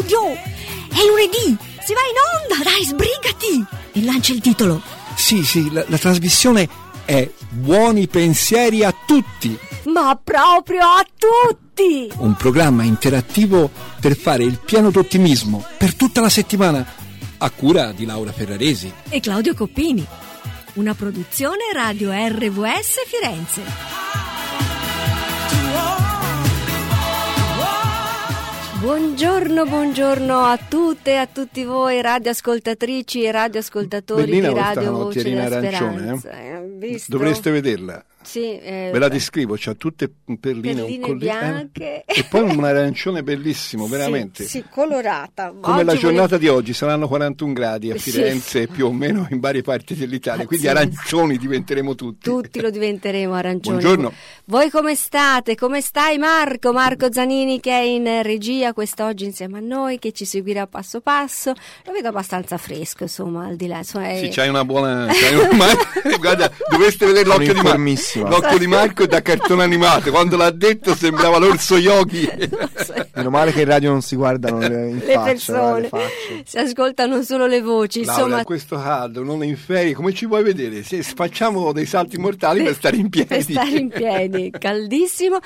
Claudio, è lunedì, si va in onda, dai, sbrigati e lancia il titolo. Sì, la trasmissione è Buoni pensieri a tutti. Ma proprio a tutti! Un programma interattivo per fare il pieno d'ottimismo per tutta la settimana, a cura di Laura Ferraresi e Claudio Coppini. Una produzione Radio RVS Firenze. Buongiorno a tutte e a tutti voi radioascoltatrici e radioascoltatori Bellina, di Radio Voce della Speranza. Dovreste vederla. Sì, ve la descrivo, c'ha tutte perline bianche e poi un arancione bellissimo, veramente. Sì, colorata. Come la giornata di oggi, saranno 41 gradi a Firenze e più o meno in varie parti dell'Italia, quindi arancioni diventeremo tutti. Tutti lo diventeremo arancioni. Buongiorno. Voi come state? Come stai Marco Zanini, che è in regia quest'oggi insieme a noi, che ci seguirà passo passo. Lo vedo abbastanza fresco, insomma, al di là. Sì, c'hai una buona... Guarda, dovreste vedere l'occhio di Marco. L'occhio di Marco è da cartone animato, quando l'ha detto sembrava l'orso Yogi. Meno male che in radio non si guardano le persone, si ascoltano solo le voci. Laura, insomma, questo caldo, non in ferie, come ci vuoi vedere? Se facciamo dei salti mortali per stare in piedi. Per stare in piedi, caldissimo,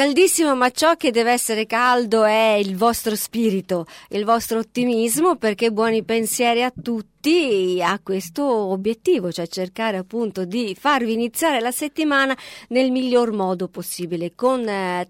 ma ciò che deve essere caldo è il vostro spirito, il vostro ottimismo, perché buoni pensieri a tutti ha questo obiettivo, cioè cercare appunto di farvi iniziare la settimana nel miglior modo possibile, con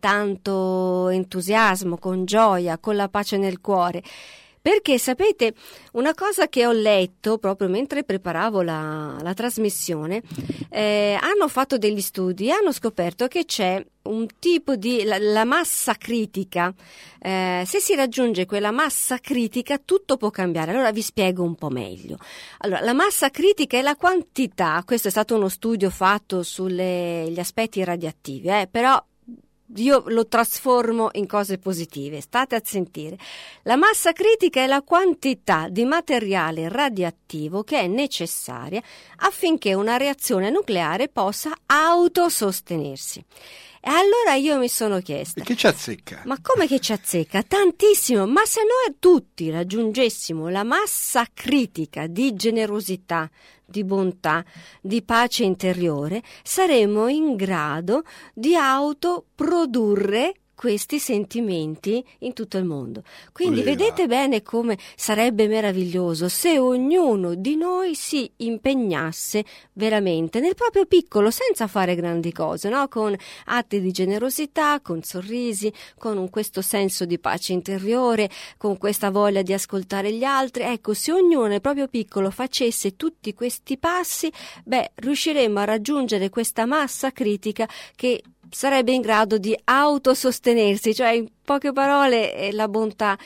tanto entusiasmo, con gioia, con la pace nel cuore. Perché sapete, una cosa che ho letto proprio mentre preparavo la trasmissione, hanno fatto degli studi, hanno scoperto che c'è un tipo di la massa critica, se si raggiunge quella massa critica tutto può cambiare. Allora vi spiego un po' meglio. Allora, la massa critica è la quantità, questo è stato uno studio fatto sugli aspetti radioattivi, però io lo trasformo in cose positive, state a sentire. La massa critica è la quantità di materiale radioattivo che è necessaria affinché una reazione nucleare possa autosostenersi. E allora io mi sono chiesta: che ci azzecca? Ma come che ci azzecca? Tantissimo, ma se noi tutti raggiungessimo la massa critica di generosità, di bontà, di pace interiore, saremmo in grado di autoprodurre questi sentimenti in tutto il mondo. Quindi vedete bene come sarebbe meraviglioso se ognuno di noi si impegnasse veramente nel proprio piccolo, senza fare grandi cose, no? Con atti di generosità, con sorrisi, con questo senso di pace interiore, con questa voglia di ascoltare gli altri. Ecco, se ognuno nel proprio piccolo facesse tutti questi passi, riusciremmo a raggiungere questa massa critica che sarebbe in grado di autosostenersi, cioè in poche parole la bontà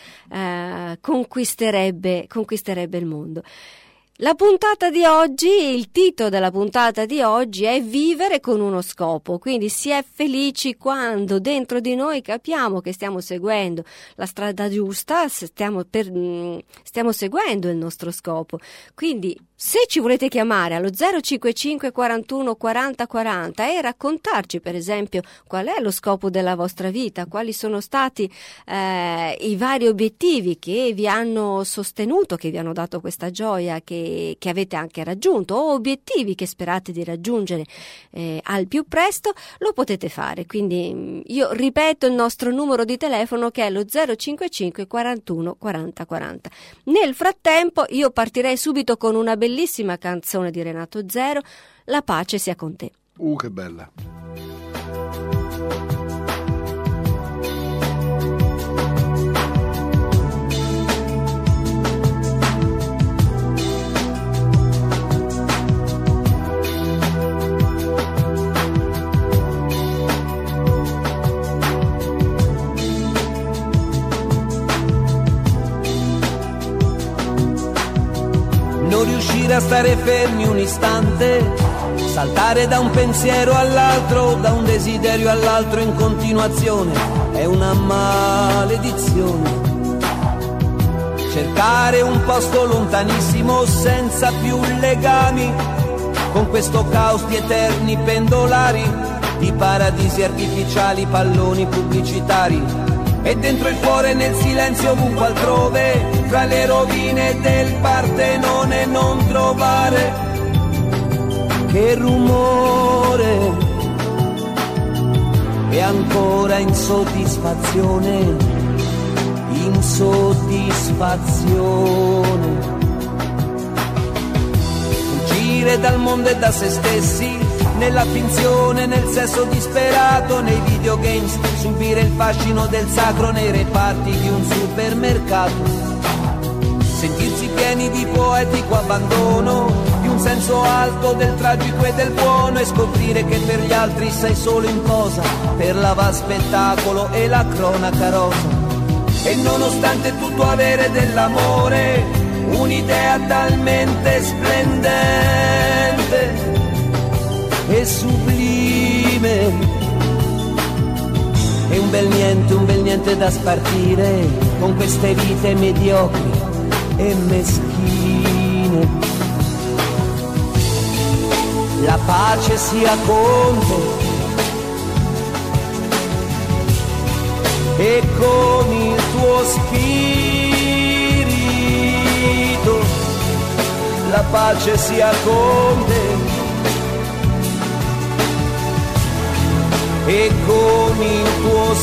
conquisterebbe il mondo. La puntata di oggi, il titolo della puntata di oggi è Vivere con uno scopo, quindi si è felici quando dentro di noi capiamo che stiamo seguendo la strada giusta, stiamo seguendo il nostro scopo. Quindi se ci volete chiamare allo 055 41 40 40 e raccontarci per esempio qual è lo scopo della vostra vita, quali sono stati i vari obiettivi che vi hanno sostenuto, che vi hanno dato questa gioia che avete anche raggiunto, o obiettivi che sperate di raggiungere al più presto, lo potete fare. Quindi io ripeto il nostro numero di telefono, che è lo 055 41 40 40. Nel frattempo io partirei subito con una bellissima canzone di Renato Zero, La pace sia con te. Che bella. Non riuscire a stare fermi un istante, saltare da un pensiero all'altro, da un desiderio all'altro in continuazione, è una maledizione. Cercare un posto lontanissimo senza più legami, con questo caos di eterni pendolari, di paradisi artificiali, palloni pubblicitari, e dentro il cuore nel silenzio ovunque altrove, tra le rovine del Partenone non trovare che rumore, e ancora insoddisfazione, insoddisfazione. Fuggire dal mondo e da se stessi, nella finzione, nel sesso disperato, nei videogames, subire il fascino del sacro nei reparti di un supermercato, sentirsi pieni di poetico abbandono, di un senso alto del tragico e del buono, e scoprire che per gli altri sei solo in posa, per la va spettacolo e la cronaca rosa. E nonostante tutto avere dell'amore, un'idea talmente splendente e sublime, e un bel niente da spartire con queste vite mediocri e meschine. La pace sia con te e con il tuo spirito, la pace sia con te e con il tuo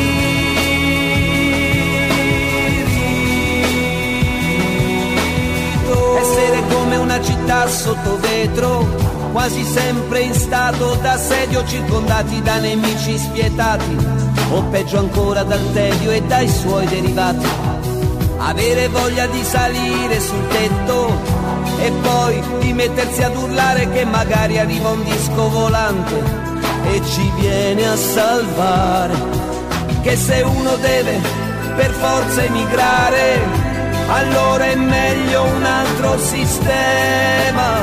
spirito. Essere come una città sotto vetro, quasi sempre in stato d'assedio, circondati da nemici spietati, o peggio ancora dal tedio e dai suoi derivati. Avere voglia di salire sul tetto e poi di mettersi ad urlare che magari arriva un disco volante e ci viene a salvare. Che se uno deve per forza emigrare, allora è meglio un altro sistema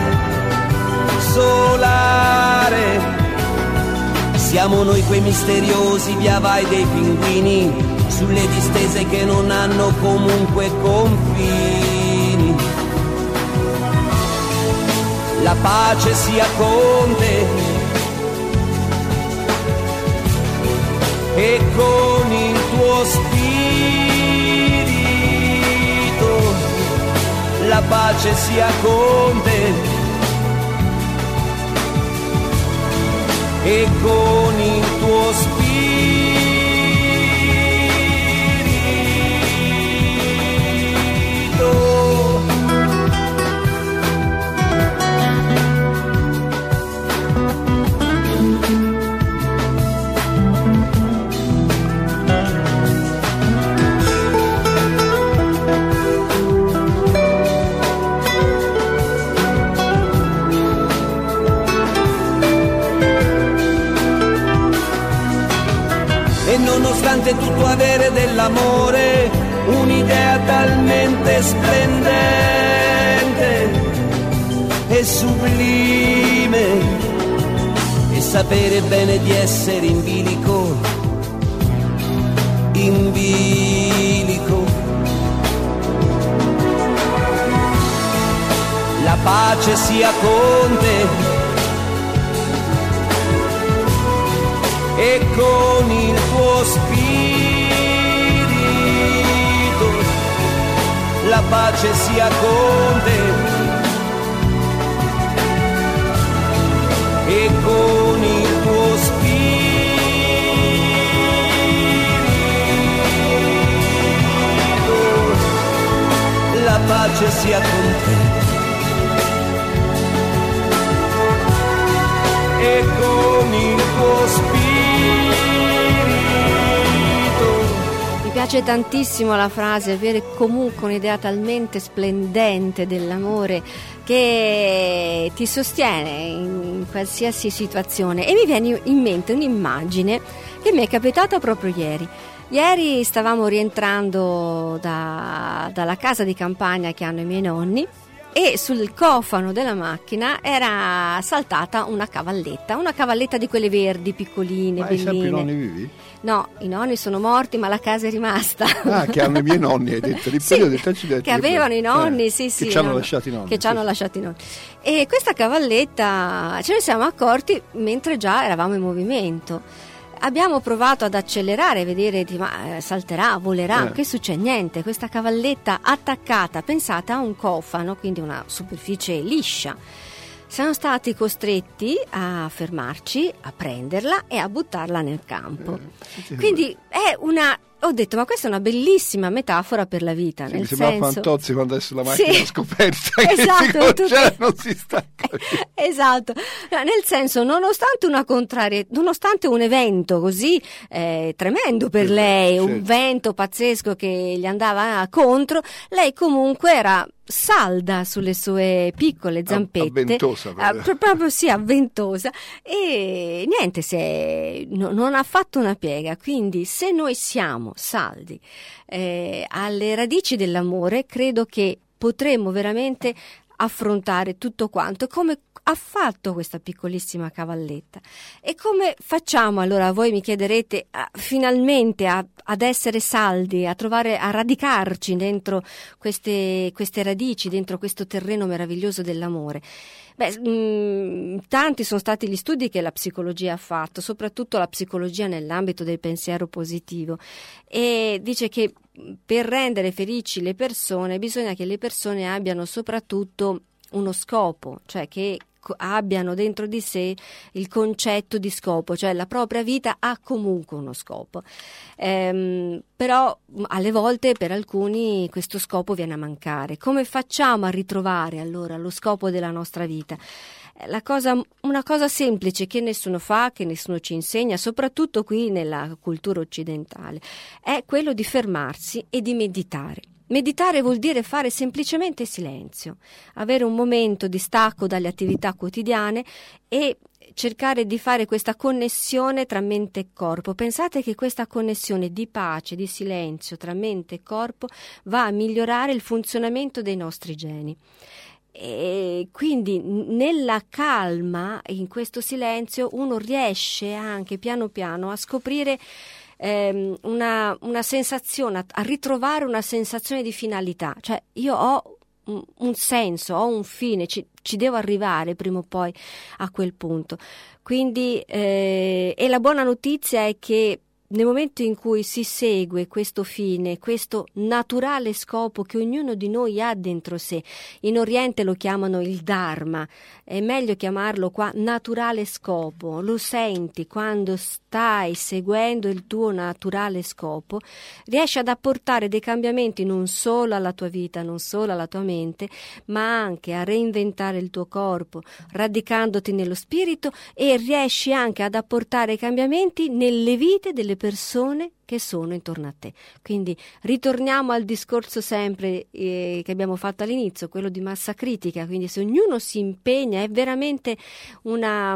solare. Siamo noi quei misteriosi via vai dei pinguini sulle distese che non hanno comunque confini. La pace sia con te e con il tuo spirito, la pace sia con te e con il tuo spirito. E nonostante tutto avere dell'amore, un'idea talmente splendente e sublime, e sapere bene di essere in bilico, in bilico. La pace sia con te e con il tuo spirito, la pace sia con te e con il tuo spirito, la pace sia con te e con il tuo spirito. Mi piace tantissimo la frase, avere comunque un'idea talmente splendente dell'amore che ti sostiene in qualsiasi situazione. E mi viene in mente un'immagine che mi è capitata proprio ieri. Ieri stavamo rientrando dalla casa di campagna che hanno i miei nonni, e sul cofano della macchina era saltata una cavalletta di quelle verdi, piccoline, Ma hai belline. sempre i nonni vivi? No, i nonni sono morti, ma la casa è rimasta. Ah, che hanno i miei nonni, hai detto. Che avevano i nonni, sì. Che ci hanno lasciati i nonni. Che ci hanno lasciati i nonni. E questa cavalletta ce ne siamo accorti mentre già eravamo in movimento. abbiamo provato ad accelerare, vedere ma salterà, volerà, che succede? Niente, questa cavalletta attaccata, pensate, a un cofano, quindi una superficie liscia. Siamo stati costretti a fermarci, a prenderla e a buttarla nel campo. Quindi è una... Ho detto, ma questa è una bellissima metafora per la vita, nel mi sembrava senso... Fantozzi quando è sulla macchina scoperta, esatto, che non si sta esatto, nel senso, nonostante un evento così tremendo per lei, un vento pazzesco che gli andava contro, lei comunque era salda sulle sue piccole zampette, avventosa proprio sì, avventosa, e niente, non ha fatto una piega. Quindi se noi siamo saldi alle radici dell'amore, credo che potremmo veramente affrontare tutto quanto, come ha fatto questa piccolissima cavalletta. E come facciamo allora, voi mi chiederete, finalmente ad essere saldi, a radicarci dentro queste radici, dentro questo terreno meraviglioso dell'amore? Tanti sono stati gli studi che la psicologia ha fatto, soprattutto la psicologia nell'ambito del pensiero positivo, e dice che per rendere felici le persone bisogna che le persone abbiano soprattutto uno scopo, cioè che abbiano dentro di sé il concetto di scopo, cioè la propria vita ha comunque uno scopo, però alle volte per alcuni questo scopo viene a mancare. Come facciamo a ritrovare allora lo scopo della nostra vita? Una cosa semplice che nessuno fa, che nessuno ci insegna, soprattutto qui nella cultura occidentale, è quello di fermarsi e di meditare. Meditare vuol dire fare semplicemente silenzio, avere un momento di stacco dalle attività quotidiane e cercare di fare questa connessione tra mente e corpo. Pensate che questa connessione di pace, di silenzio tra mente e corpo va a migliorare il funzionamento dei nostri geni. E quindi nella calma, in questo silenzio, uno riesce anche piano piano a scoprire una sensazione, a ritrovare una sensazione di finalità, cioè io ho un senso, ho un fine, ci devo arrivare prima o poi a quel punto. Quindi e la buona notizia è che nel momento in cui si segue questo fine, questo naturale scopo che ognuno di noi ha dentro sé, in Oriente lo chiamano il Dharma, è meglio chiamarlo qua naturale scopo, lo senti quando stai seguendo il tuo naturale scopo, riesci ad apportare dei cambiamenti non solo alla tua vita, non solo alla tua mente, ma anche a reinventare il tuo corpo, radicandoti nello spirito, e riesci anche ad apportare cambiamenti nelle vite delle persone che sono intorno a te. Quindi ritorniamo al discorso sempre che abbiamo fatto all'inizio, quello di massa critica. Quindi se ognuno si impegna è veramente una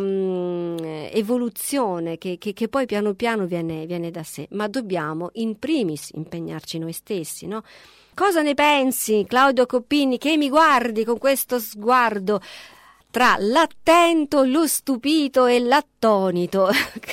evoluzione che poi piano piano viene da sé, ma dobbiamo in primis impegnarci noi stessi, no? Cosa ne pensi, Claudio Coppini, che mi guardi con questo sguardo tra l'attento, lo stupito e l'attonito?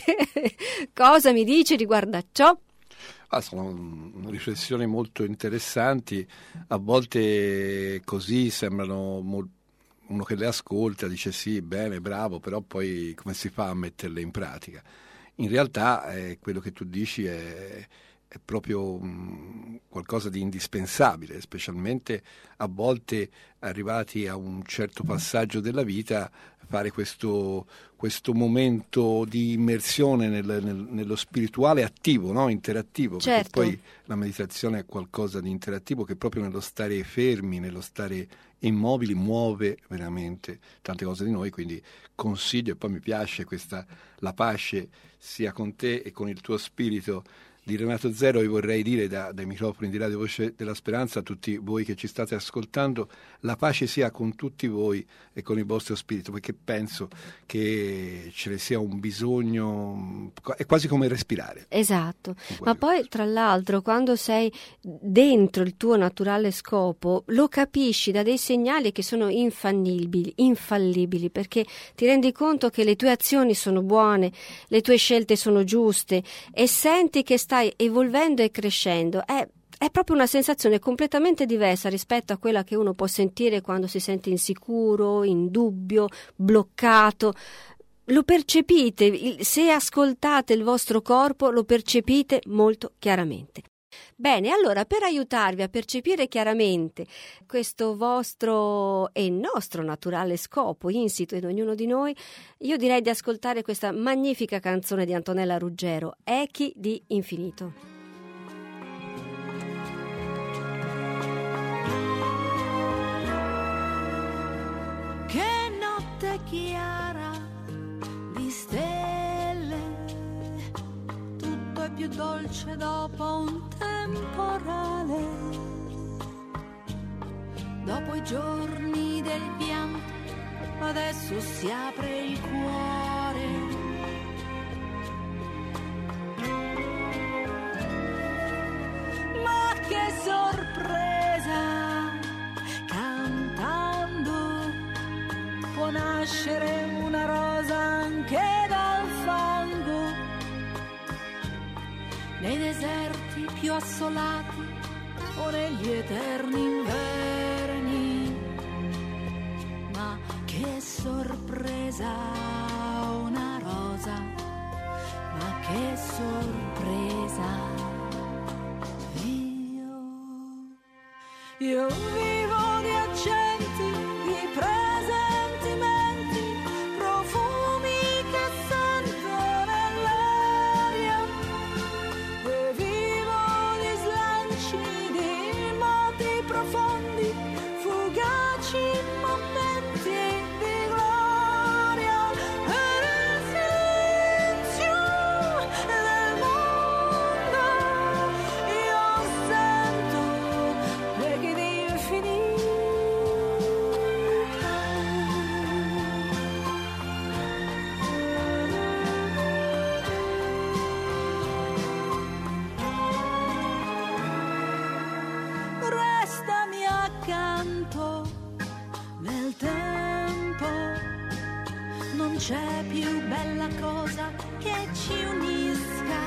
Cosa mi dici riguardo a ciò? Sono riflessioni molto interessanti, a volte così sembrano uno che le ascolta dice sì, bene, bravo, però poi come si fa a metterle in pratica? In realtà quello che tu dici è proprio qualcosa di indispensabile, specialmente a volte arrivati a un certo passaggio della vita, fare questo momento di immersione nello spirituale attivo, no? Interattivo, certo. Perché poi la meditazione è qualcosa di interattivo che proprio nello stare fermi, nello stare immobili muove veramente tante cose di noi. Quindi consiglio, e poi mi piace la pace sia con te e con il tuo spirito di Renato Zero. Io vorrei dire dai microfoni di Radio Voce della Speranza a tutti voi che ci state ascoltando: la pace sia con tutti voi e con il vostro spirito, perché penso che ce ne sia un bisogno, è quasi come respirare. Esatto, ma poi tra l'altro quando sei dentro il tuo naturale scopo lo capisci da dei segnali che sono infallibili, perché ti rendi conto che le tue azioni sono buone, le tue scelte sono giuste e senti che stai evolvendo e crescendo. È proprio una sensazione completamente diversa rispetto a quella che uno può sentire quando si sente insicuro, in dubbio, bloccato. lo percepite, se ascoltate il vostro corpo lo percepite molto chiaramente. Bene, allora per aiutarvi a percepire chiaramente questo vostro e nostro naturale scopo insito in ognuno di noi, io direi di ascoltare questa magnifica canzone di Antonella Ruggero, Echi di infinito. Che notte chiara di stelle, tutto è più dolce dopo un temporale, dopo i giorni del pianto adesso si apre il cuore. Ma che sorpresa, cantando può nascere una rosa anche dal fango, nei deserti più assolati o negli eterni inverni. Ma che sorpresa, una rosa, ma che sorpresa. Io vivo di accenti, di presentimenti, profumi che sento nell'aria, e vivo di slanci, di moti profondi, fugaci momenti di gloria, e nel silenzio del mondo io sento echi di infinito. Restami accanto nel tempo, non c'è più bella cosa che ci unisca,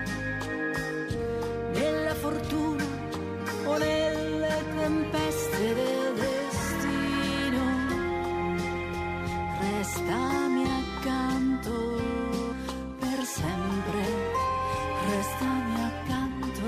nella fortuna o nelle tempeste del destino. Restami accanto per sempre, restami accanto.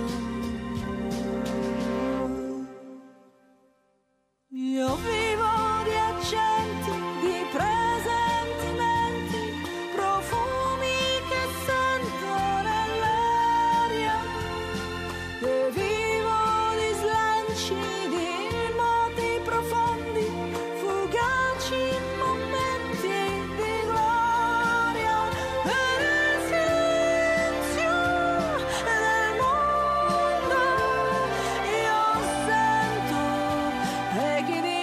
Io vivo di accenti, di presentimenti, profumi che sento nell'aria, e vivo di slanci, di moti profondi, fugaci momenti di gloria, e nel silenzio del mondo io sento echi di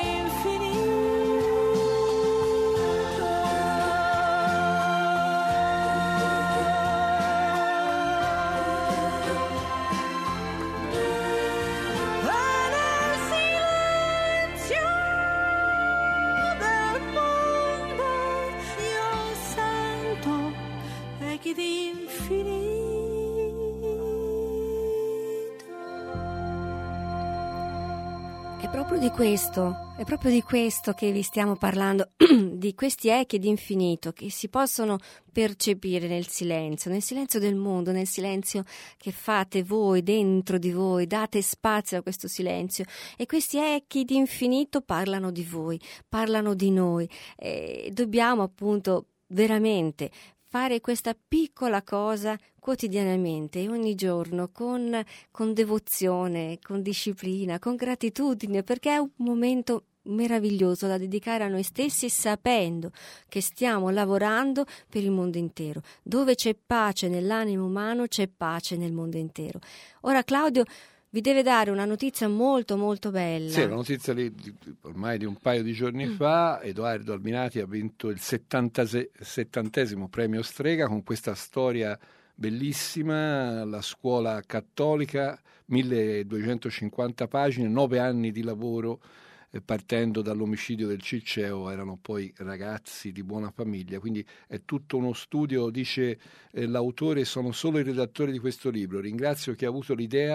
È proprio di questo che vi stiamo parlando, di questi echi d'infinito che si possono percepire nel silenzio del mondo, nel silenzio che fate voi dentro di voi, date spazio a questo silenzio, e questi echi d'infinito parlano di voi, parlano di noi, e dobbiamo appunto veramente fare questa piccola cosa quotidianamente e ogni giorno con devozione, con disciplina, con gratitudine, perché è un momento meraviglioso da dedicare a noi stessi, sapendo che stiamo lavorando per il mondo intero. Dove c'è pace nell'animo umano, c'è pace nel mondo intero. Ora Claudio vi deve dare una notizia molto molto bella. Sì, una notizia ormai di un paio di giorni fa. Edoardo Albinati ha vinto il 70° premio Strega con questa storia bellissima, la scuola cattolica, 1250 pagine, 9 anni di lavoro, partendo dall'omicidio del Cicceo. Erano poi ragazzi di buona famiglia, quindi è tutto uno studio. Dice l'autore: sono solo il redattore di questo libro, ringrazio chi ha avuto l'idea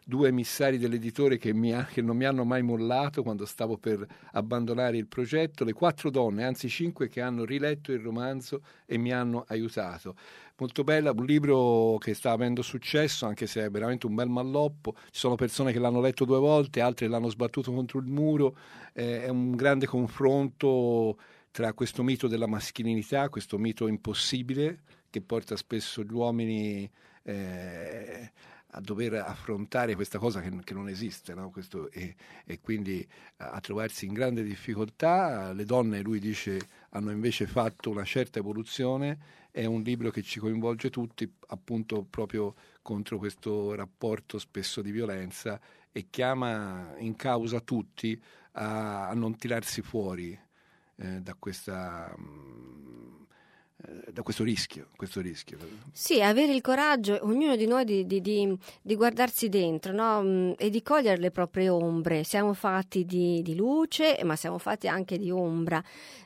2 emissari dell'editore che non mi hanno mai mollato quando stavo per abbandonare il progetto, le 4 donne, anzi 5, che hanno riletto il romanzo e mi hanno aiutato. Molto bella, un libro che sta avendo successo, anche se è veramente un bel malloppo. Ci sono persone che l'hanno letto 2 volte, altre l'hanno sbattuto contro il muro. È un grande confronto tra questo mito della maschilinità, questo mito impossibile che porta spesso gli uomini a dover affrontare questa cosa che non esiste, no? E quindi a trovarsi in grande difficoltà. Le donne, lui dice, hanno invece fatto una certa evoluzione. È un libro che ci coinvolge tutti, appunto proprio contro questo rapporto spesso di violenza, e chiama in causa tutti a non tirarsi fuori da questo rischio. Sì, avere il coraggio, ognuno di noi, di guardarsi dentro, no? E di cogliere le proprie ombre. Siamo fatti di luce, ma siamo fatti anche di ombra,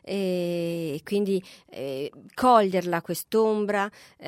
e quindi coglierla quest'ombra,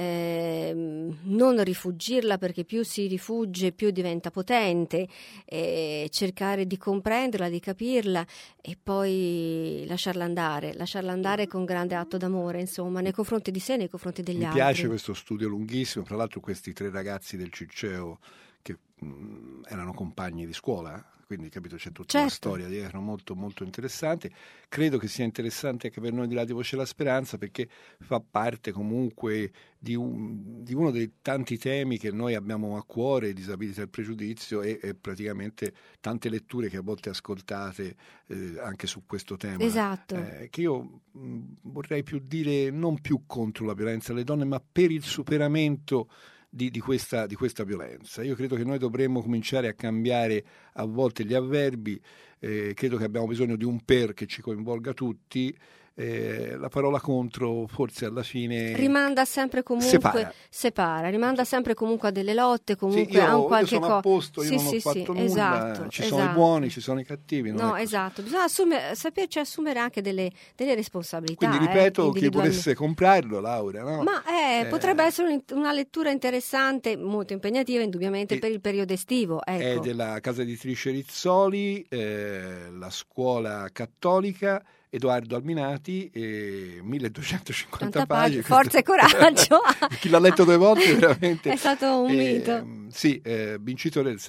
non rifuggirla, perché più si rifugge più diventa potente, cercare di comprenderla, di capirla e poi lasciarla andare con grande atto d'amore, insomma, nei confronti di sé e nei confronti degli altri. Mi piace questo studio lunghissimo, tra l'altro questi 3 ragazzi del Circeo che erano compagni di scuola, quindi capito, c'è tutta una storia dietro molto molto interessante. Credo che sia interessante anche per noi di Là di Voce la Speranza, perché fa parte comunque di uno dei tanti temi che noi abbiamo a cuore, disabilità e pregiudizio, e praticamente tante letture che a volte ascoltate anche su questo tema. Esatto. Che io vorrei più dire, non più contro la violenza alle donne, ma per il superamento di questa violenza. Io credo che noi dovremmo cominciare a cambiare a volte gli avverbi, credo che abbiamo bisogno di un per che ci coinvolga tutti. La parola contro forse alla fine rimanda sempre comunque separa, rimanda sempre comunque a delle lotte, comunque a un qualche cosa. Io sono a posto, io non ho fatto nulla, esatto, ci sono i buoni, ci sono i cattivi. Esatto, bisogna saperci assumere anche delle responsabilità. Quindi ripeto, chi volesse comprarlo, Laura, no? Ma potrebbe essere una lettura interessante, molto impegnativa indubbiamente per il periodo estivo. Ecco. È della casa editrice Rizzoli, la scuola cattolica, Edoardo Alminati, 1250 pagine. Forza e coraggio. Chi l'ha letto 2 volte veramente è stato un mito. Sì, vincitore del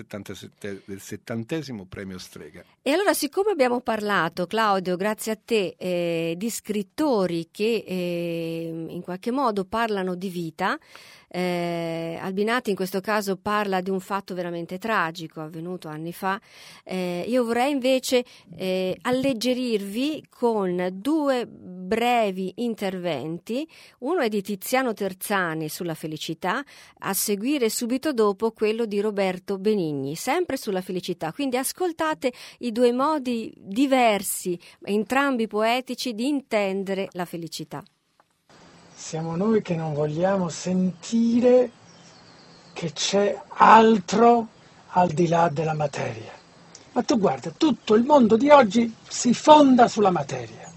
70° premio Strega. E allora, siccome abbiamo parlato, Claudio, grazie a te, di scrittori che in qualche modo parlano di vita, Albinati in questo caso parla di un fatto veramente tragico avvenuto anni fa, io vorrei invece alleggerirvi con 2 brevi interventi. Uno è di Tiziano Terzani sulla felicità, a seguire subito dopo quello di Roberto Benigni, sempre sulla felicità. Quindi ascoltate i 2 modi diversi, entrambi poetici, di intendere la felicità. Siamo noi che non vogliamo sentire che c'è altro al di là della materia. Ma tu guarda, tutto il mondo di oggi si fonda sulla materia.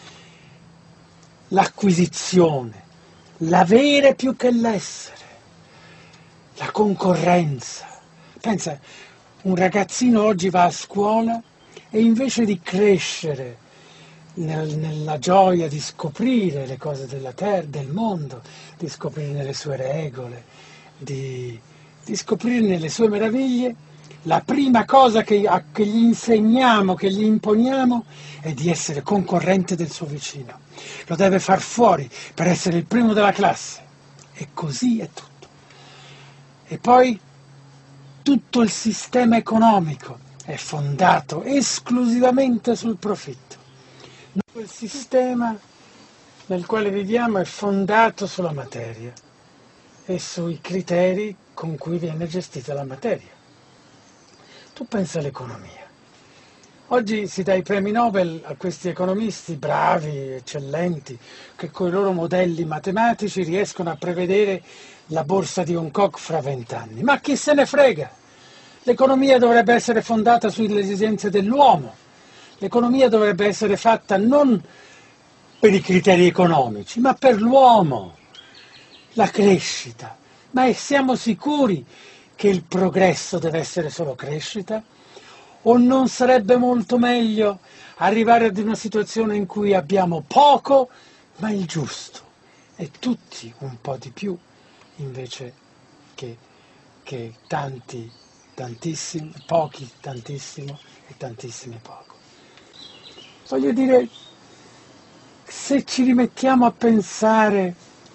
L'acquisizione, l'avere più che l'essere, la concorrenza. Pensa, un ragazzino oggi va a scuola e invece di crescere nella gioia di scoprire le cose della terra, del mondo, di scoprire le sue regole, di scoprire nelle sue meraviglie, la prima cosa che gli insegniamo, che gli imponiamo, è di essere concorrente del suo vicino. Lo deve far fuori per essere il primo della classe. E così è tutto. E poi tutto il sistema economico è fondato esclusivamente sul profitto. Il sistema nel quale viviamo è fondato sulla materia e sui criteri con cui viene gestita la materia. Tu pensa all'economia. Oggi si dà i premi Nobel a questi economisti bravi, eccellenti, che con i loro modelli matematici riescono a prevedere la borsa di Hong Kong fra 20 anni. Ma chi se ne frega? L'economia dovrebbe essere fondata sulle esigenze dell'uomo. L'economia dovrebbe essere fatta non per i criteri economici, ma per l'uomo, la crescita. Ma siamo sicuri che il progresso deve essere solo crescita? O non sarebbe molto meglio arrivare ad una situazione in cui abbiamo poco ma il giusto e tutti un po' di più invece che tanti, tantissimi, pochi, tantissimo e tantissimi poco? Voglio dire, se ci rimettiamo a pensare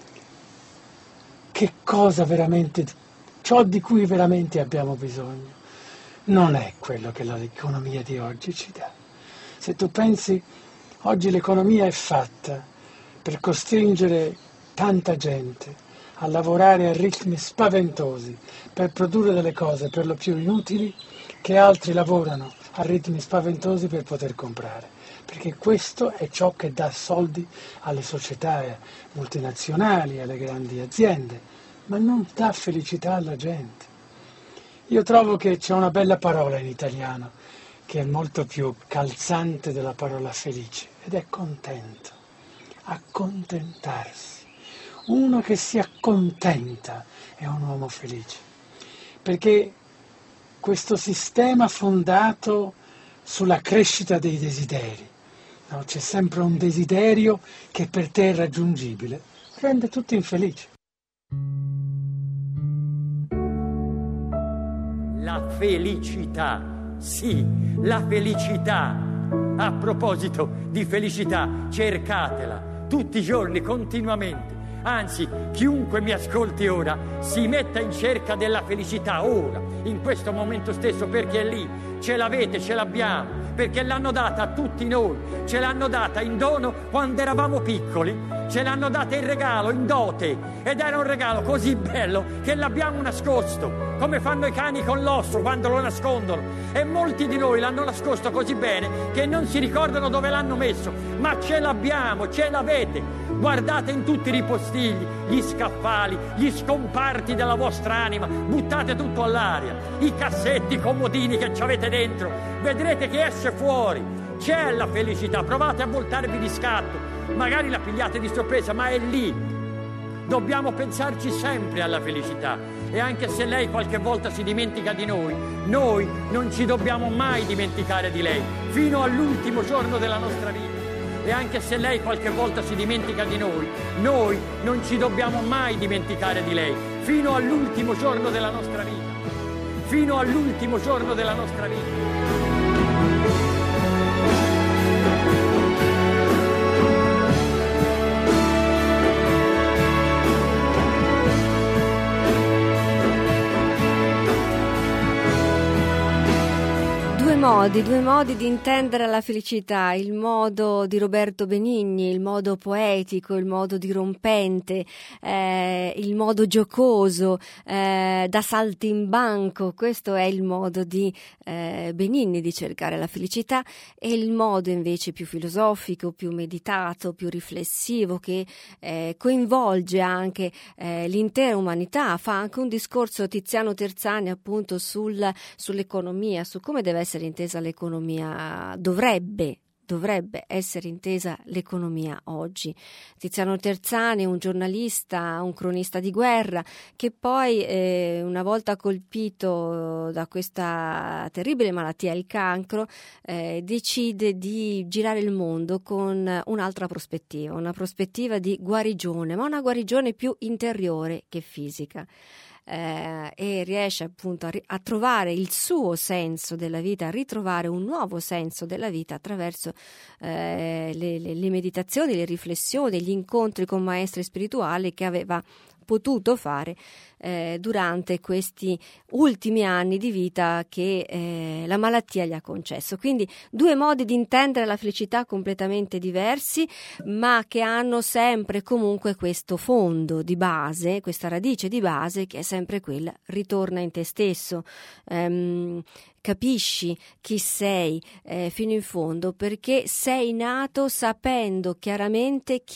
che cosa veramente, ciò di cui veramente abbiamo bisogno, non è quello che l'economia di oggi ci dà. Se tu pensi, oggi l'economia è fatta per costringere tanta gente a lavorare a ritmi spaventosi, per produrre delle cose per lo più inutili, che altri lavorano a ritmi spaventosi per poter comprare. Perché questo è ciò che dà soldi alle società multinazionali, alle grandi aziende, ma non dà felicità alla gente. Io trovo che c'è una bella parola in italiano che è molto più calzante della parola felice, ed è contento, accontentarsi. Uno che si accontenta è un uomo felice, perché questo sistema fondato sulla crescita dei desideri, no? C'è sempre un desiderio che per te è raggiungibile, rende tutti infelici. La felicità, sì, la felicità. A proposito di felicità, cercatela tutti i giorni, continuamente. Anzi, chiunque mi ascolti ora si metta in cerca della felicità ora, in questo momento stesso, perché è lì, ce l'avete, ce l'abbiamo, perché l'hanno data a tutti noi, ce l'hanno data in dono quando eravamo piccoli, ce l'hanno data in regalo, in dote, ed era un regalo così bello che l'abbiamo nascosto, come fanno i cani con l'osso quando lo nascondono, e molti di noi l'hanno nascosto così bene che non si ricordano dove l'hanno messo, ma ce l'abbiamo, ce l'avete. Guardate in tutti i ripostigli, gli scaffali, gli scomparti della vostra anima, buttate tutto all'aria, i cassetti, i comodini che ci avete dentro, vedrete che esce fuori, c'è la felicità, provate a voltarvi di scatto, magari la pigliate di sorpresa, ma è lì. Dobbiamo pensarci sempre alla felicità, e anche se lei qualche volta si dimentica di noi non ci dobbiamo mai dimenticare di lei, fino all'ultimo giorno della nostra vita. E anche se lei qualche volta si dimentica di noi non ci dobbiamo mai dimenticare di lei, fino all'ultimo giorno della nostra vita. Fino all'ultimo giorno della nostra vita. Due modi di intendere la felicità, il modo di Roberto Benigni, il modo poetico, il modo dirompente, il modo giocoso, da saltimbanco. Questo è il modo di Benigni di cercare la felicità, e il modo invece più filosofico, più meditato, più riflessivo, che coinvolge anche l'intera umanità, fa anche un discorso Tiziano Terzani appunto sull'economia, su come deve essere intesa l'economia, dovrebbe essere intesa l'economia oggi. Tiziano Terzani, un giornalista, un cronista di guerra, che poi una volta colpito da questa terribile malattia, il cancro, decide di girare il mondo con un'altra prospettiva, una prospettiva di guarigione, ma una guarigione più interiore che fisica. E riesce appunto a trovare il suo senso della vita, a ritrovare un nuovo senso della vita attraverso le meditazioni, le riflessioni, gli incontri con maestri spirituali che aveva potuto fare durante questi ultimi anni di vita che la malattia gli ha concesso. Quindi due modi di intendere la felicità completamente diversi, ma che hanno sempre comunque questo fondo di base, questa radice di base, che è sempre quella: ritorna in te stesso, capisci chi sei fino in fondo, perché sei nato sapendo chiaramente chi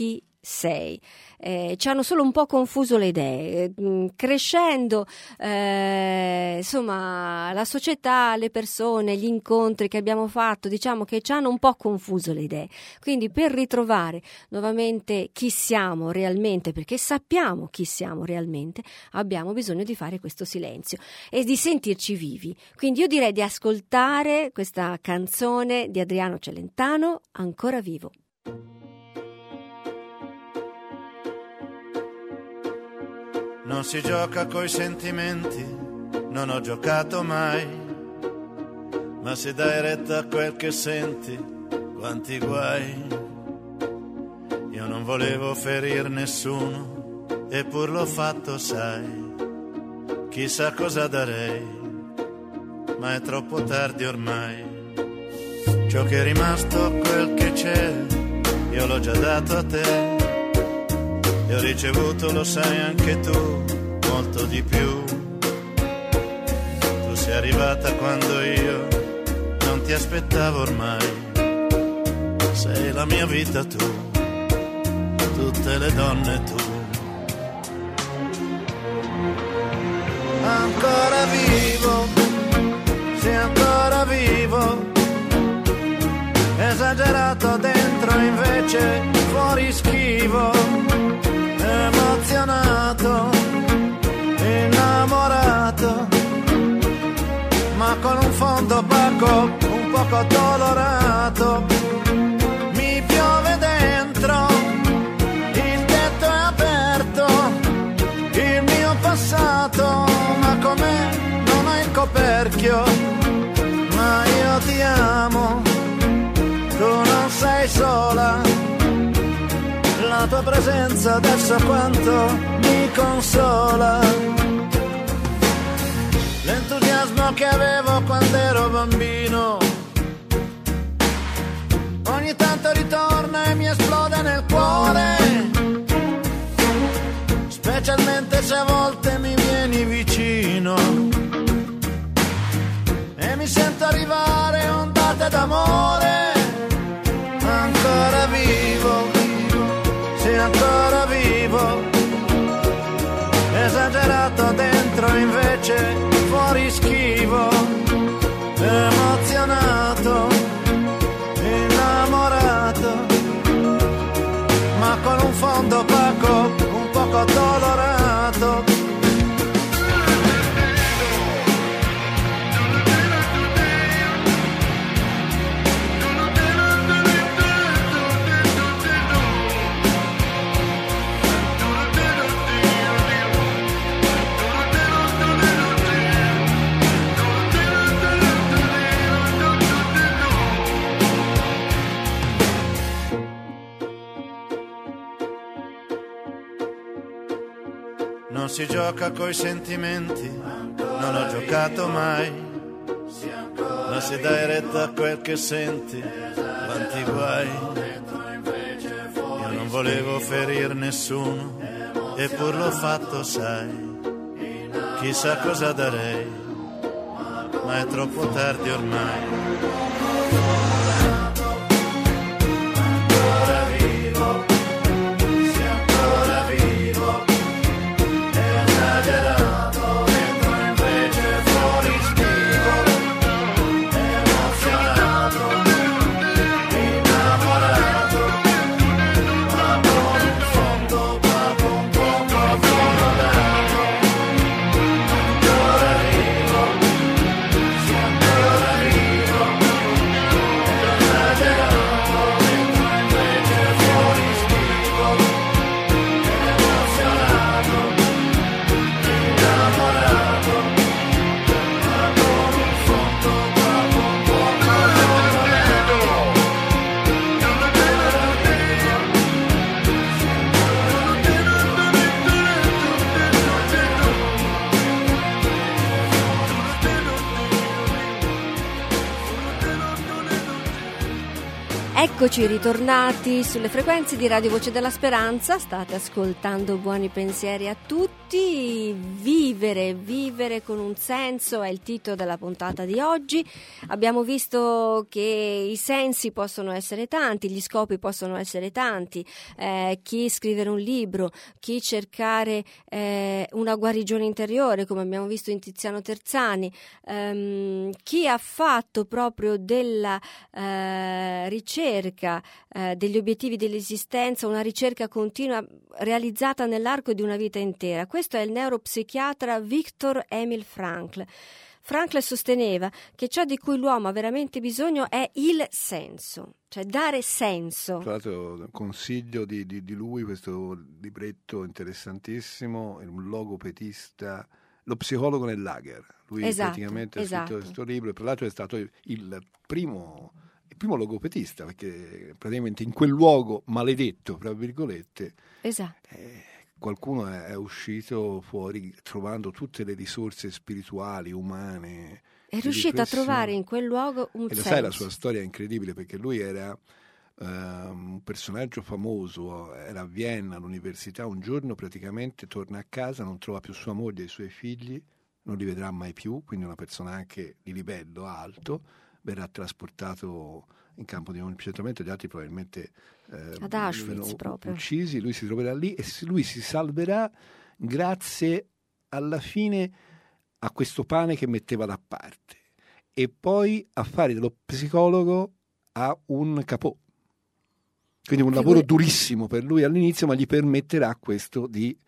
sei. Ci hanno solo un po' confuso le idee. Crescendo, insomma, la società, le persone, gli incontri che abbiamo fatto, diciamo che ci hanno un po' confuso le idee. Quindi per ritrovare nuovamente chi siamo realmente, perché sappiamo chi siamo realmente, abbiamo bisogno di fare questo silenzio e di sentirci vivi. Quindi io direi di ascoltare questa canzone di Adriano Celentano, Ancora vivo. Non si gioca coi sentimenti, non ho giocato mai, ma se dai retta a quel che senti, quanti guai. Io non volevo ferir nessuno, eppur l'ho fatto, sai. Chissà cosa darei, ma è troppo tardi ormai. Ciò che è rimasto, quel che c'è, io l'ho già dato a te. E ho ricevuto, lo sai anche tu, molto di più. Tu sei arrivata quando io non ti aspettavo ormai. Sei la mia vita tu, tutte le donne tu. Ancora vivo, sì ancora vivo. Esagerato dentro invece fuori schivo. Emozionato, innamorato, ma con un fondo opaco, un poco dolorato. Mi piove dentro, il tetto è aperto, il mio passato, ma com'è non ha il coperchio. Ma io ti amo, tu non sei sola. La tua presenza adesso quanto mi consola. L'entusiasmo che avevo quando ero bambino ogni tanto ritorna e mi esplode nel cuore, specialmente se a volte mi vieni vicino e mi sento arrivare ondate d'amore. Ancora vivo, sì ancora vivo, esagerato dentro invece fuori schivo, emozionato, innamorato, ma con un fondo opaco, un poco dolorato. Non si gioca coi sentimenti, non ho giocato mai, ma se dai retta a quel che senti, quanti guai. Io non volevo ferir nessuno, eppur l'ho fatto, sai. Chissà cosa darei, ma è troppo tardi ormai. Eccoci ritornati sulle frequenze di Radio Voce della Speranza, state ascoltando Buoni Pensieri a tutti, vive vivere con un senso è il titolo della puntata di oggi. Abbiamo visto che i sensi possono essere tanti, gli scopi possono essere tanti, chi scrivere un libro, chi cercare una guarigione interiore, come abbiamo visto in Tiziano Terzani, chi ha fatto proprio della ricerca degli obiettivi dell'esistenza una ricerca continua realizzata nell'arco di una vita intera. Questo è il neuropsichiatra Viktor Emil Frankl. Frankl sosteneva che ciò di cui l'uomo ha veramente bisogno è il senso, cioè dare senso. Tra l'altro consiglio di lui questo libretto interessantissimo, un logopedista, lo psicologo nel lager. Lui praticamente ha scritto questo libro e tra l'altro è stato il primo logopedista, perché praticamente in quel luogo maledetto, tra virgolette, qualcuno è uscito fuori trovando tutte le risorse spirituali, umane. È riuscito a trovare in quel luogo un senso. Sai, la sua storia è incredibile, perché lui era un personaggio famoso, era a Vienna all'università, un giorno praticamente torna a casa, non trova più sua moglie e i suoi figli, non li vedrà mai più, quindi una persona anche di livello alto, verrà trasportato in campo di concentramento, gli altri probabilmente ad Auschwitz proprio uccisi, lui si troverà lì e lui si salverà grazie alla fine a questo pane che metteva da parte e poi a fare dello psicologo a un capò, quindi un lavoro durissimo per lui all'inizio, ma gli permetterà questo di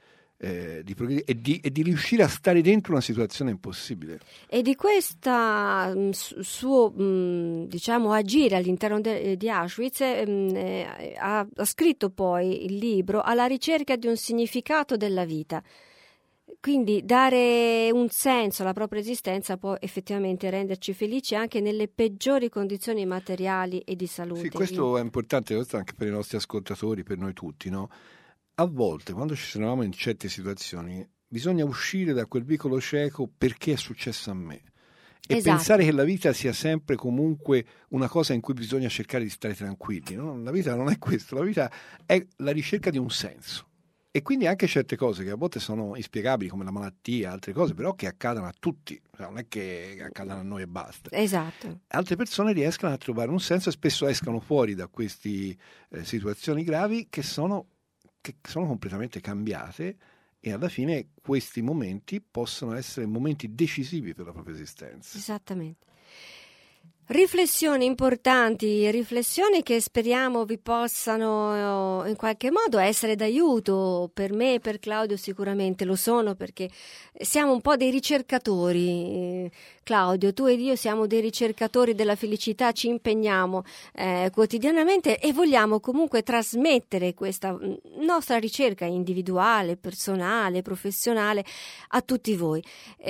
riuscire a stare dentro una situazione impossibile. E di questa suo diciamo agire all'interno di Auschwitz ha scritto poi il libro Alla ricerca di un significato della vita. Quindi dare un senso alla propria esistenza può effettivamente renderci felici anche nelle peggiori condizioni materiali e di salute. Sì, questo è importante, questo anche per i nostri ascoltatori, per noi tutti, no? A volte, quando ci troviamo in certe situazioni, bisogna uscire da quel vicolo cieco perché è successo a me e pensare che la vita sia sempre comunque una cosa in cui bisogna cercare di stare tranquilli, no? La vita non è questo, la vita è la ricerca di un senso e quindi anche certe cose che a volte sono inspiegabili come la malattia, altre cose però che accadono a tutti, cioè, non è che accadano a noi e basta. Esatto. Altre persone riescono a trovare un senso e spesso escano fuori da queste situazioni gravi che sono completamente cambiate e alla fine questi momenti possono essere momenti decisivi per la propria esistenza. Esattamente. Riflessioni importanti, riflessioni che speriamo vi possano in qualche modo essere d'aiuto per me e per Claudio, sicuramente lo sono, perché siamo un po' dei ricercatori. Claudio, tu ed io siamo dei ricercatori della felicità, ci impegniamo quotidianamente e vogliamo comunque trasmettere questa nostra ricerca individuale, personale, professionale a tutti voi.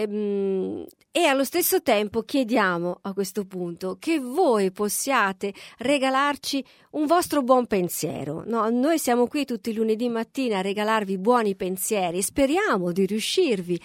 E allo stesso tempo chiediamo a questo punto che voi possiate regalarci un vostro buon pensiero. No, noi siamo qui tutti i lunedì mattina a regalarvi buoni pensieri. Speriamo di riuscirci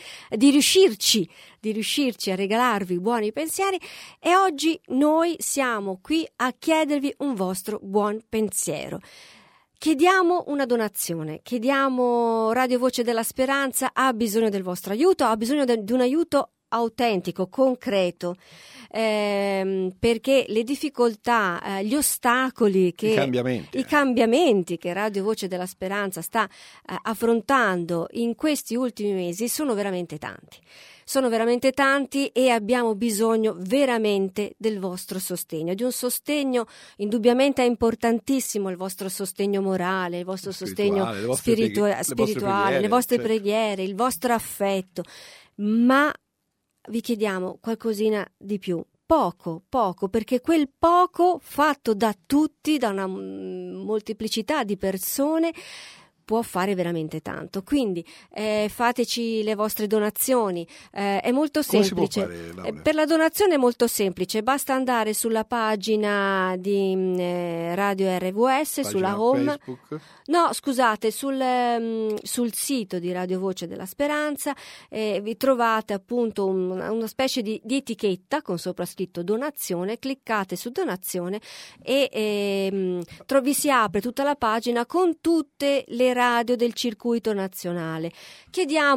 a regalarvi buoni pensieri e oggi noi siamo qui a chiedervi un vostro buon pensiero. Chiediamo una donazione, chiediamo Radio Voce della Speranza, ha bisogno del vostro aiuto, ha bisogno di un aiuto autentico, concreto, perché le difficoltà, gli ostacoli, i cambiamenti che Radio Voce della Speranza sta affrontando in questi ultimi mesi sono veramente tanti. Sono veramente tanti e abbiamo bisogno veramente del vostro sostegno, di un sostegno. Indubbiamente è importantissimo il vostro sostegno morale, il vostro sostegno spirituale, le vostre preghiere, il vostro affetto, ma vi chiediamo qualcosina di più, poco, perché quel poco fatto da tutti, da una molteplicità di persone, può fare veramente tanto. Quindi fateci le vostre donazioni, è molto semplice. Come si può fare, Laura? Per la donazione è molto semplice, basta andare sulla pagina di Radio RVS, sulla home, Facebook. No, scusate, sul sito di Radio Voce della Speranza vi trovate appunto una specie di etichetta con sopra scritto donazione, cliccate su donazione e vi si apre tutta la pagina con tutte le radio del circuito nazionale. Chiediamo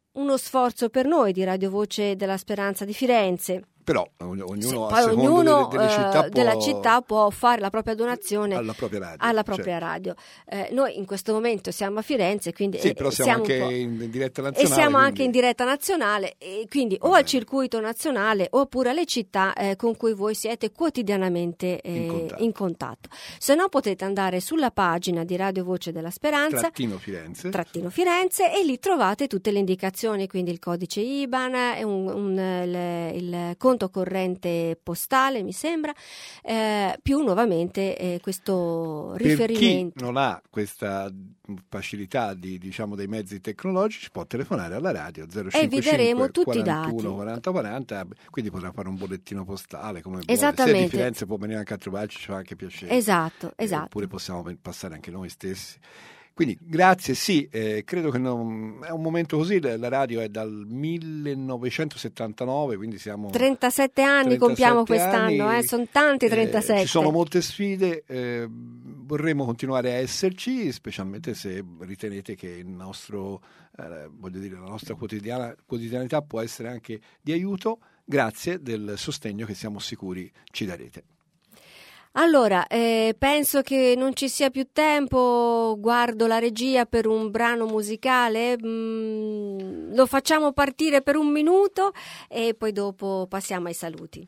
uno sforzo per noi di Radio Voce della Speranza di Firenze. Però ognuno, poi ognuno della città può fare la propria donazione alla propria radio. Noi in questo momento siamo a Firenze, quindi sì, però siamo anche in diretta nazionale. E siamo anche in diretta nazionale, e quindi o al circuito nazionale oppure alle città con cui voi siete quotidianamente in contatto. Se no potete andare sulla pagina di Radio Voce della Speranza trattino Firenze, e lì trovate tutte le indicazioni, quindi il codice IBAN, il conto corrente postale, mi sembra, più nuovamente questo riferimento. Per chi non ha questa facilità dei mezzi tecnologici, può telefonare alla radio 055 e vi daremo tutti 41 i dati. 40 40, quindi potrà fare un bollettino postale come vuole. Esattamente. Se è di Firenze può venire anche a trovarci, ci fa anche piacere. Esatto. Oppure possiamo passare anche noi stessi. Quindi grazie, sì, credo che è un momento così, la radio è dal 1979, quindi siamo 37 anni compiamo quest'anno, sono tanti 37. Ci sono molte sfide, vorremmo continuare a esserci, specialmente se ritenete che il nostro, la nostra quotidianità può essere anche di aiuto, grazie del sostegno che siamo sicuri ci darete. Allora, penso che non ci sia più tempo, guardo la regia per un brano musicale, lo facciamo partire per 1 minuto e poi dopo passiamo ai saluti.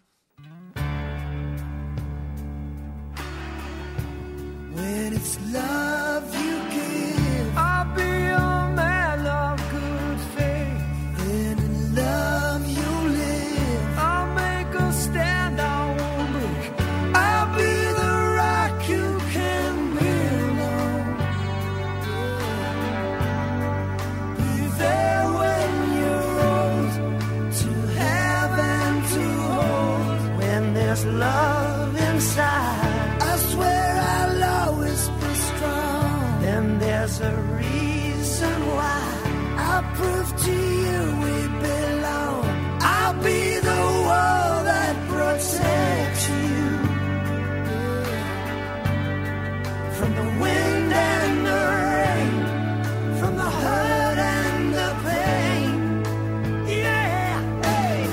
When it's love you give, I'll be your man of good faith. Then in love you live, I'll make a stand, I won't break. I'll be the rock you can build on. Be there when you're old, to have and to hold. When there's love inside, I swear I'll always be strong. Then there's a reason why I'll prove to you we belong. I'll be the wall that protects you from the wind and the rain, from the hurt and the pain. Yeah, hey.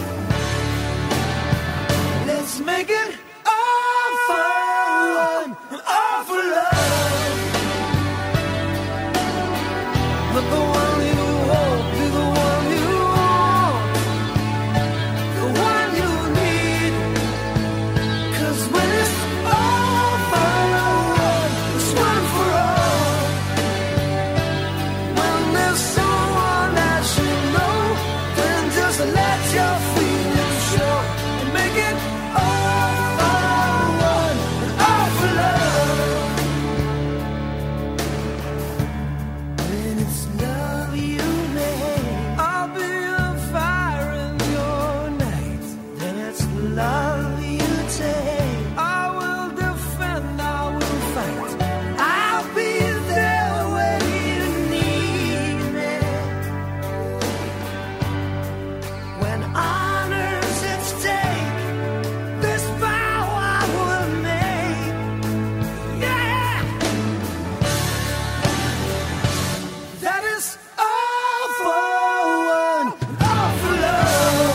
Let's make it all fun, all for love. Let the one you hold be the one you want, the one you need. 'Cause when it's all for one, it's one for all. When there's someone that you know, then just let your feelings show and make it all for one and all for love. When it's love you make, I'll be a fire in your night. Then it's love you take, I will defend, I will fight. I'll be there when you need me. When honor's at stake, this vow I will make. Yeah, that is all for one, all for love.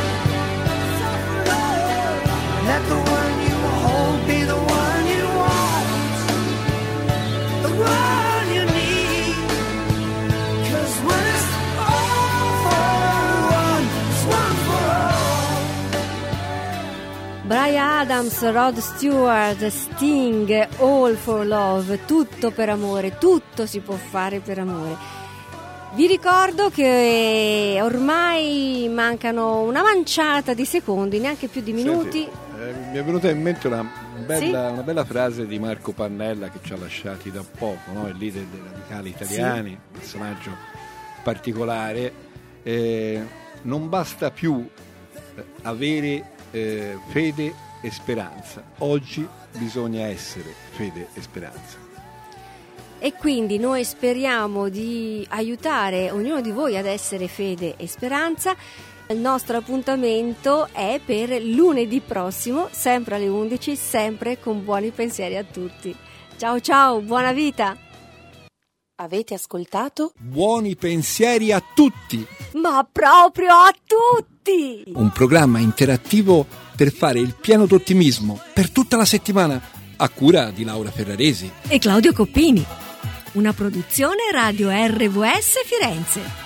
Let the one you hold be the one you want, the one you need. 'Cause when it's all for one, it's one for all. Bryan Adams, Rod Stewart, Sting, All for Love, tutto per amore, tutto si può fare per amore. Vi ricordo che ormai mancano una manciata di secondi, neanche più di minuti. Senti, mi è venuta in mente una bella frase di Marco Pannella che ci ha lasciati da poco, no? Il leader dei radicali italiani, personaggio particolare. Non basta più avere fede e speranza, oggi bisogna essere fede e speranza. E quindi noi speriamo di aiutare ognuno di voi ad essere fede e speranza. Il nostro appuntamento è per lunedì prossimo, sempre alle 11, sempre con buoni pensieri a tutti. Ciao ciao, buona vita! Avete ascoltato? Buoni pensieri a tutti! Ma proprio a tutti! Un programma interattivo per fare il pieno d'ottimismo per tutta la settimana, a cura di Laura Ferraresi e Claudio Coppini. Una produzione Radio RVS Firenze.